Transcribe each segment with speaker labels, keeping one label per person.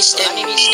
Speaker 1: 見視点。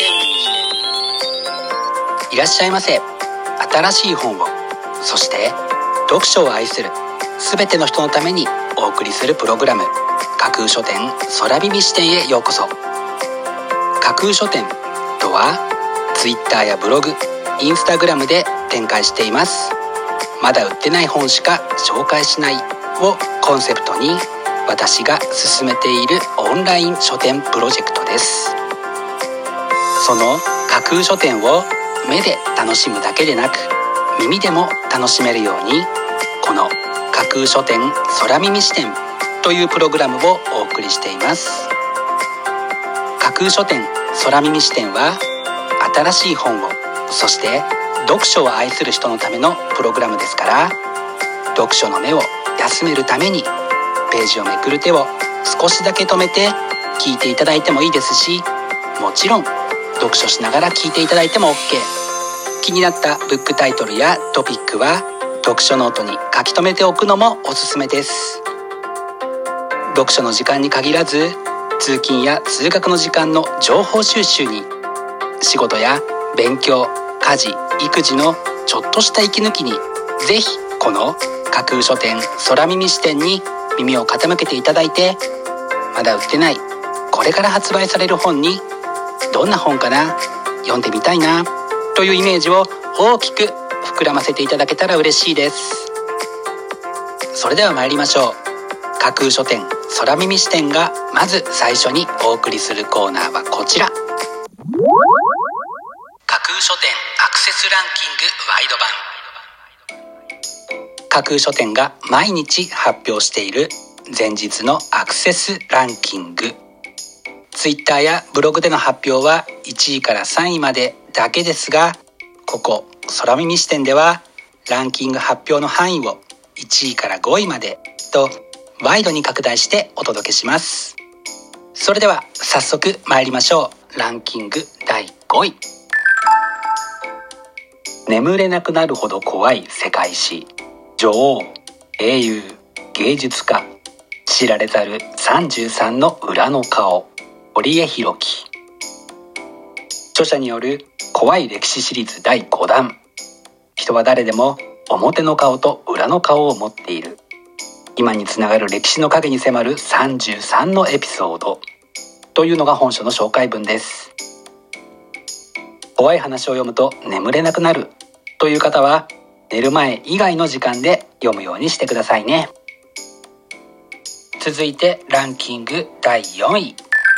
Speaker 1: いらっしゃいませ。新しい本を、そして読書を愛するすべての人のためにお送りするプログラム、架空書店空耳視点へようこそ。架空書店とは Twitter やブログ、インスタグラムで展開しています。まだ売ってない本しか紹介しないをコンセプトに、私が進めているオンライン書店プロジェクトです。その架空書店を目で楽しむだけでなく、耳でも楽しめるように、この架空書店空耳視点というプログラムをお送りしています。架空書店空耳視点は、新しい本を、そして読書を愛する人のためのプログラムですから、読書の目を休めるためにページをめくる手を少しだけ止めて聞いていただいてもいいですし、もちろん読書しながら聞いていただいても OK。 気になったブックタイトルやトピックは読書ノートに書き留めておくのもおすすめです。読書の時間に限らず、通勤や通学の時間の情報収集に、仕事や勉強、家事、育児のちょっとした息抜きに、ぜひこの架空書店空耳視点に耳を傾けていただいて、まだ売ってない、これから発売される本に、どんな本かな、読んでみたいなというイメージを大きく膨らませていただけたら嬉しいです。それでは参りましょう。架空書店空耳視点がまず最初にお送りするコーナーはこちら。架空書店アクセスランキングワイド版。架空書店が毎日発表している前日のアクセスランキング。ツイッターやブログでの発表は1位から3位までだけですが、ここ空耳視点ではランキング発表の範囲を1位から5位までとワイドに拡大してお届けします。それでは早速参りましょう。ランキング第5位。眠れなくなるほど怖い世界史、女王、英雄、芸術家、知られざる33の裏の顔、堀江弘樹。著者による怖い歴史シリーズ第5弾。人は誰でも表の顔と裏の顔を持っている。今につながる歴史の陰に迫る33のエピソードというのが本書の紹介文です。怖い話を読むと眠れなくなるという方は、寝る前以外の時間で読むようにしてくださいね。続いてランキング第4位。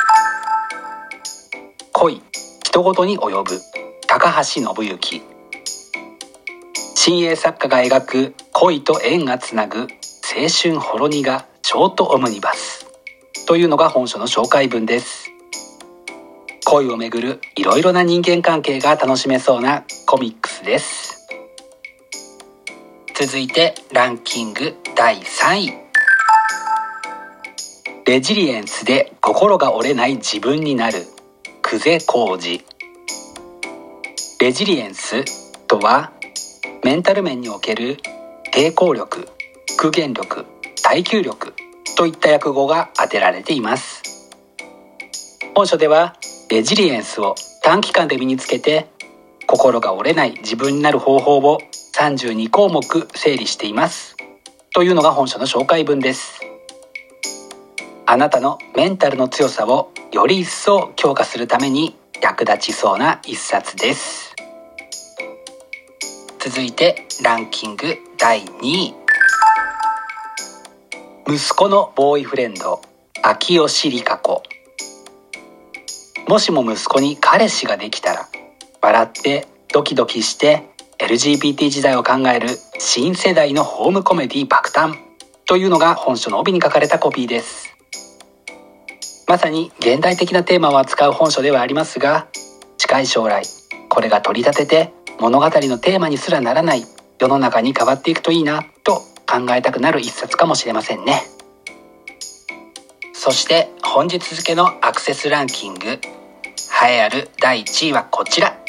Speaker 1: 恋、人ごとに及ぶ、高橋信之。新鋭作家が描く恋と縁がつなぐ青春ほろ苦ショートオムニバスというのが本書の紹介文です。恋をめぐるいろいろな人間関係が楽しめそうなコミックスです。続いてランキング第3位。レジリエンスで心が折れない自分になる、久世浩二。レジリエンスとは、メンタル面における抵抗力、復元力、耐久力といった訳語が当てられています。本書ではレジリエンスを短期間で身につけて、心が折れない自分になる方法を32項目整理していますというのが本書の紹介文です。あなたのメンタルの強さをより一層強化するために役立ちそうな一冊です。続いてランキング第2位。息子のボーイフレンド、秋吉里香子。もしも息子に彼氏ができたら、笑ってドキドキして LGBT 時代を考える新世代のホームコメディ爆誕というのが本書の帯に書かれたコピーです。まさに現代的なテーマを扱う本書ではありますが、近い将来これが取り立てて物語のテーマにすらならない世の中に変わっていくといいなと考えたくなる一冊かもしれませんね。そして本日付のアクセスランキング、栄えある第1位はこちら。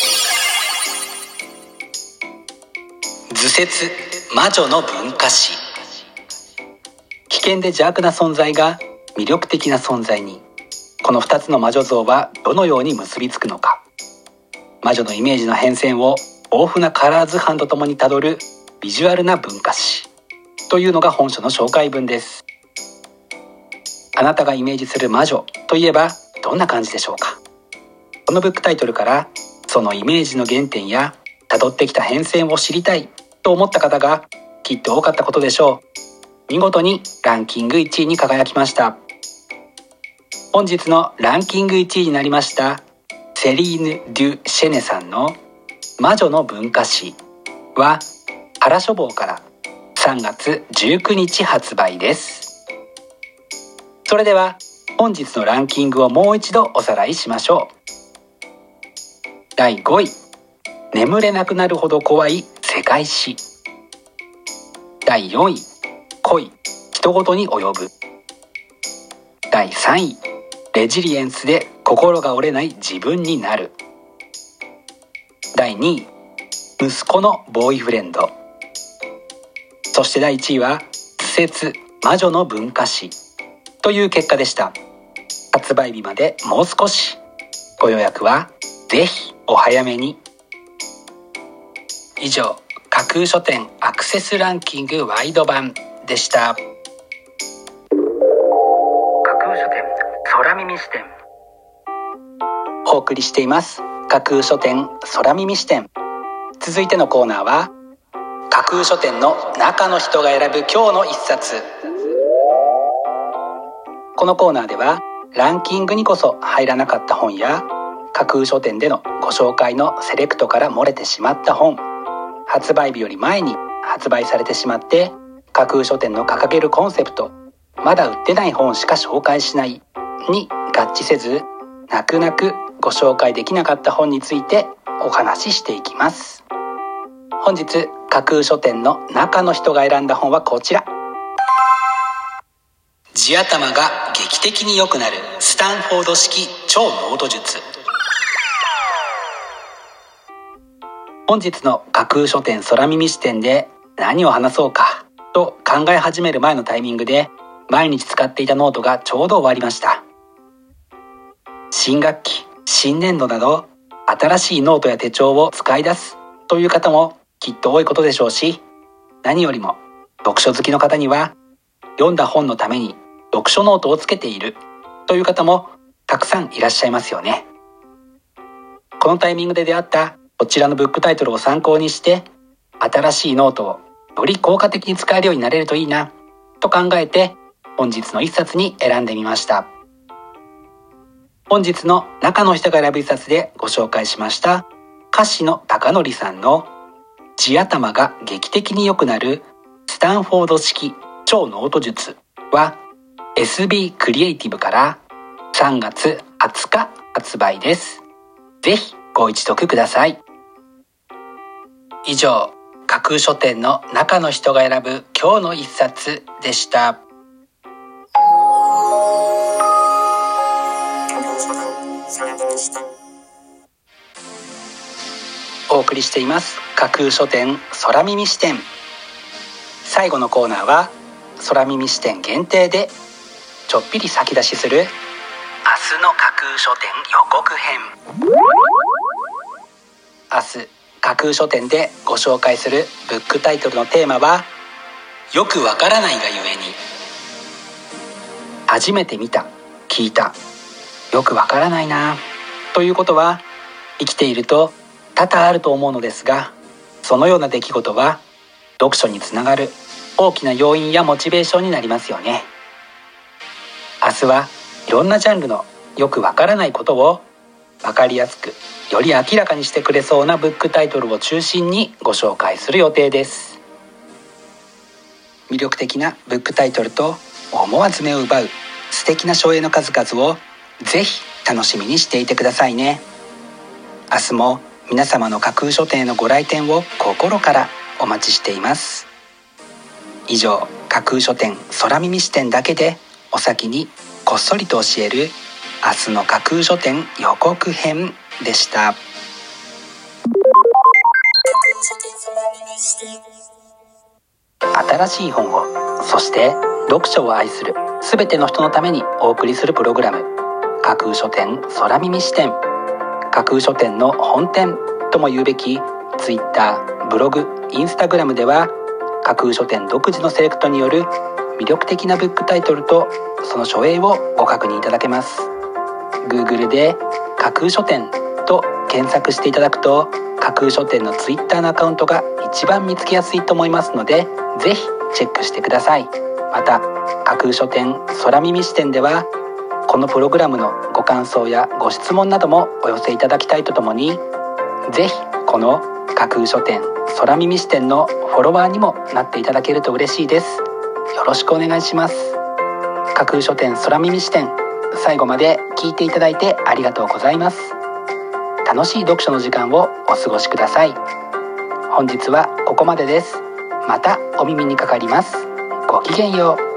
Speaker 1: 図説魔女の文化史。危険で邪悪な存在が魅力的な存在に、 この2つの魔女像はどのように結びつくのか、魔女のイメージの変遷を豊富なカラー図版とともにたどるビジュアルな文化史というのが本書の紹介文です。あなたがイメージする魔女といえばどんな感じでしょうか。このブックタイトルからそのイメージの原点やたどってきた変遷を知りたいと思った方がきっと多かったことでしょう。見事にランキング1位に輝きました。本日のランキング1位になりましたセリーヌ・デュ・シェネさんの魔女の文化史は原書房から3月19日発売です。それでは本日のランキングをもう一度おさらいしましょう。第5位、眠れなくなるほど怖い世界史。第4位、恋、人ごとに及ぶ。第3位、レジリエンスで心が折れない自分になる。第2位、息子のボーイフレンド。そして第1位は図説魔女の文化史という結果でした。発売日までもう少し。ご予約はぜひお早めに。以上、架空書店アクセスランキングワイド版でした。架空書店空耳視点、お送りしています架空書店空耳視点。続いてのコーナーは架空書店の中の人が選ぶ今日の一冊。このコーナーではランキングにこそ入らなかった本や架空書店でのご紹介のセレクトから漏れてしまった本、発売日より前に発売されてしまって架空書店の掲げるコンセプト、まだ売ってない本しか紹介しないに合致せず、泣く泣くご紹介できなかった本についてお話ししていきます。本日架空書店の中の人が選んだ本はこちら。地頭が劇的に良くなるスタンフォード式超ノート術。本日の架空書店空耳視点で何を話そうかと考え始める前のタイミングで毎日使っていたノートがちょうど終わりました。新学期、新年度など新しいノートや手帳を使い出すという方もきっと多いことでしょうし、何よりも読書好きの方には読んだ本のために読書ノートをつけているという方もたくさんいらっしゃいますよね。このタイミングで出会ったこちらのブックタイトルを参考にして新しいノートをより効果的に使えるようになれるといいなと考えて本日の一冊に選んでみました。本日の中の人が選ぶ一冊でご紹介しました樫野貴則さんの地頭が劇的に良くなるスタンフォード式超ノート術は SB クリエイティブから3月20日発売です。ぜひご一読ください。以上、架空書店の中の人が選ぶ今日の一冊でした。お送りしています架空書店空耳視点。最後のコーナーは空耳視点限定でちょっぴり先出しする明日の架空書店予告編。明日架空書店でご紹介するブックタイトルのテーマはよくわからないがゆえに。初めて見た、聞いた、よくわからないなということは生きていると多々あると思うのですが、そのような出来事は読書につながる大きな要因やモチベーションになりますよね。明日はいろんなジャンルのよくわからないことをわかりやすくより明らかにしてくれそうなブックタイトルを中心にご紹介する予定です。魅力的なブックタイトルと思わず目を奪う素敵な書影の数々をぜひ楽しみにしていてくださいね。明日も皆様の架空書店へのご来店を心からお待ちしています。以上、架空書店空耳視点だけでお先にこっそりと教える明日の架空書店予告編でした。新しい本を、そして読書を愛するすべての人のためにお送りするプログラム、 架空書店空耳視点、架空書店の本店とも言うべき Twitter、ブログ、Instagram では架空書店独自のセレクトによる魅力的なブックタイトルとその書影をご確認いただけます。 Google で架空書店と検索していただくと架空書店の Twitter のアカウントが一番見つけやすいと思いますので、ぜひチェックしてください。また架空書店空耳視点ではこのプログラムのご感想やご質問などもお寄せいただきたいとともに、ぜひこの架空書店空耳視点のフォロワーにもなっていただけると嬉しいです。よろしくお願いします。架空書店空耳視点、最後まで聞いていただいてありがとうございます。楽しい読書の時間をお過ごしください。本日はここまでです。またお耳にかかります。ごきげんよう。